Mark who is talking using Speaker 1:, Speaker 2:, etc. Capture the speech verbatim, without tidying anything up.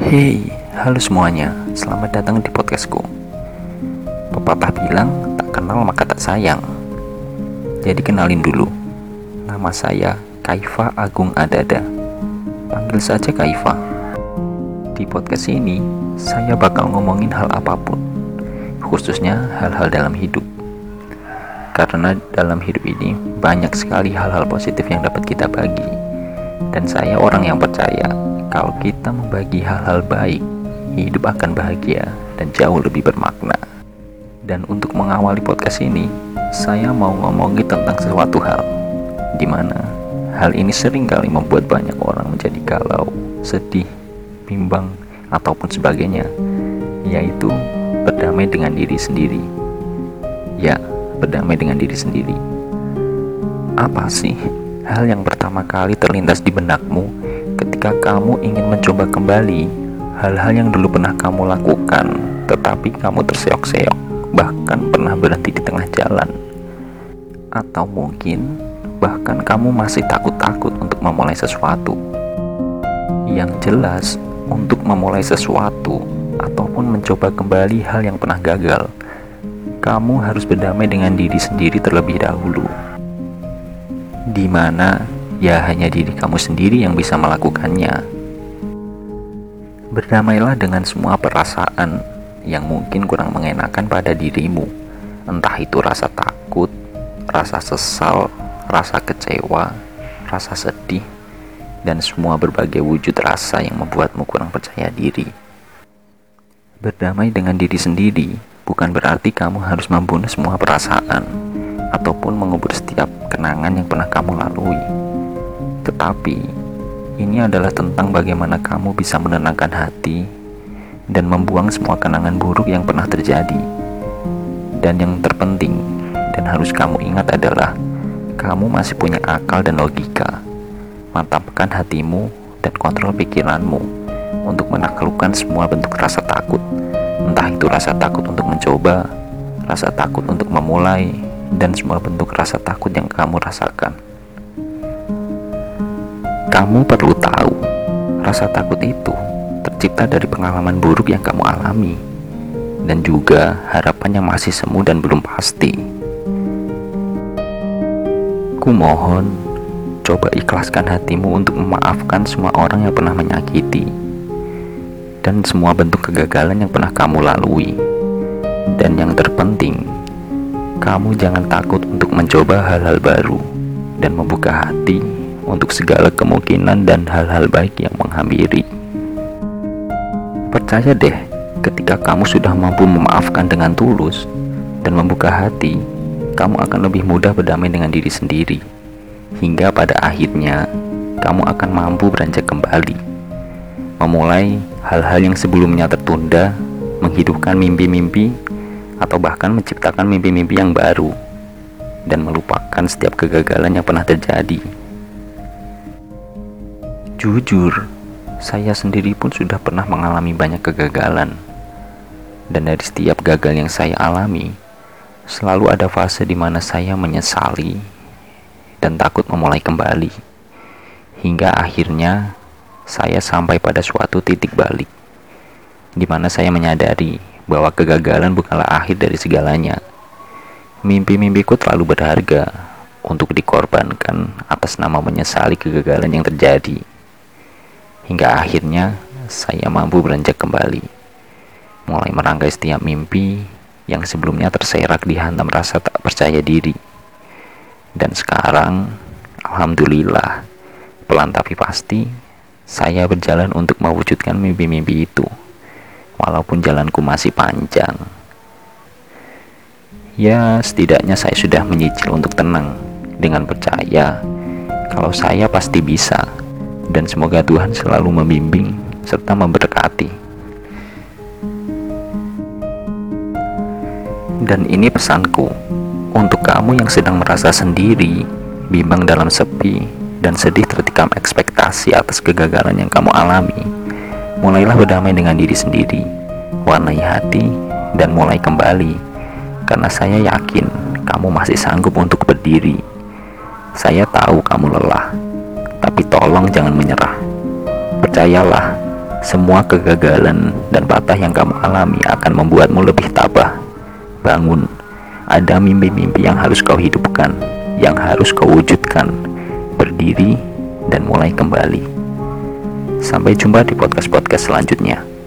Speaker 1: Hey, halo semuanya, selamat datang di podcastku. Pepatah bilang, tak kenal maka tak sayang. Jadi kenalin dulu, nama saya Kaifa Agung Adada. Panggil saja Kaifa. Di podcast ini, saya bakal ngomongin hal apapun, khususnya hal-hal dalam hidup. Karena dalam hidup ini, banyak sekali hal-hal positif yang dapat kita bagi. Dan saya orang yang percaya, kalau kita membagi hal-hal baik, hidup akan bahagia dan jauh lebih bermakna. Dan untuk mengawali podcast ini, saya mau ngomongin tentang sesuatu hal, di mana hal ini sering kali membuat banyak orang menjadi galau, sedih, bimbang, ataupun sebagainya, yaitu berdamai dengan diri sendiri. Ya, berdamai dengan diri sendiri. Apa sih hal yang pertama kali terlintas di benakmu ketika kamu ingin mencoba kembali hal-hal yang dulu pernah kamu lakukan, tetapi kamu terseok-seok, bahkan pernah berhenti di tengah jalan? Atau mungkin bahkan kamu masih takut-takut untuk memulai sesuatu? Yang jelas, untuk memulai sesuatu ataupun mencoba kembali hal yang pernah gagal, kamu harus berdamai dengan diri sendiri terlebih dahulu, di mana ya hanya diri kamu sendiri yang bisa melakukannya. Berdamailah dengan semua perasaan yang mungkin kurang mengenakan pada dirimu, entah itu rasa takut, rasa sesal, rasa kecewa, rasa sedih, dan semua berbagai wujud rasa yang membuatmu kurang percaya diri. Berdamai dengan diri sendiri bukan berarti kamu harus membunuh semua perasaan ataupun mengubur setiap kenangan yang pernah kamu lalui. Tetapi, ini adalah tentang bagaimana kamu bisa menenangkan hati dan membuang semua kenangan buruk yang pernah terjadi. Dan yang terpenting dan harus kamu ingat adalah kamu masih punya akal dan logika. Mantapkan hatimu dan kontrol pikiranmu untuk menaklukkan semua bentuk rasa takut. Entah itu rasa takut untuk mencoba, rasa takut untuk memulai, dan semua bentuk rasa takut yang kamu rasakan. Kamu perlu tahu, rasa takut itu tercipta dari pengalaman buruk yang kamu alami, dan juga harapan yang masih semu dan belum pasti. Kumohon, coba ikhlaskan hatimu untuk memaafkan semua orang yang pernah menyakiti, dan semua bentuk kegagalan yang pernah kamu lalui. Dan yang terpenting, kamu jangan takut untuk mencoba hal-hal baru dan membuka hati untuk segala kemungkinan dan hal-hal baik yang menghampiri. Percaya deh, ketika kamu sudah mampu memaafkan dengan tulus dan membuka hati, kamu akan lebih mudah berdamai dengan diri sendiri. Hingga pada akhirnya, kamu akan mampu beranjak kembali, memulai hal-hal yang sebelumnya tertunda, menghidupkan mimpi-mimpi, atau bahkan menciptakan mimpi-mimpi yang baru, dan melupakan setiap kegagalan yang pernah terjadi. Jujur, saya sendiri pun sudah pernah mengalami banyak kegagalan, dan dari setiap gagal yang saya alami, selalu ada fase di mana saya menyesali dan takut memulai kembali, hingga akhirnya saya sampai pada suatu titik balik, di mana saya menyadari bahwa kegagalan bukanlah akhir dari segalanya. Mimpi-mimpiku terlalu berharga untuk dikorbankan atas nama menyesali kegagalan yang terjadi. Hingga akhirnya saya mampu beranjak kembali, mulai merangkai setiap mimpi yang sebelumnya terserak dihantam rasa tak percaya diri. Dan sekarang, alhamdulillah, pelan tapi pasti, saya berjalan untuk mewujudkan mimpi-mimpi itu, walaupun jalanku masih panjang. Ya, setidaknya saya sudah menyicil untuk tenang, dengan percaya kalau saya pasti bisa, dan semoga Tuhan selalu membimbing serta memberkati. Dan ini pesanku untuk kamu yang sedang merasa sendiri, bimbang dalam sepi, dan sedih tertikam ekspektasi atas kegagalan yang kamu alami. Mulailah berdamai dengan diri sendiri, warnai hati, dan mulai kembali. Karena saya yakin kamu masih sanggup untuk berdiri. Saya tahu kamu lelah, tapi tolong jangan menyerah. Percayalah, Semua kegagalan dan patah yang kamu alami akan membuatmu lebih tabah. Bangun, ada mimpi-mimpi yang harus kau hidupkan, yang harus kau wujudkan. Berdiri dan mulai kembali. Sampai jumpa di podcast-podcast selanjutnya.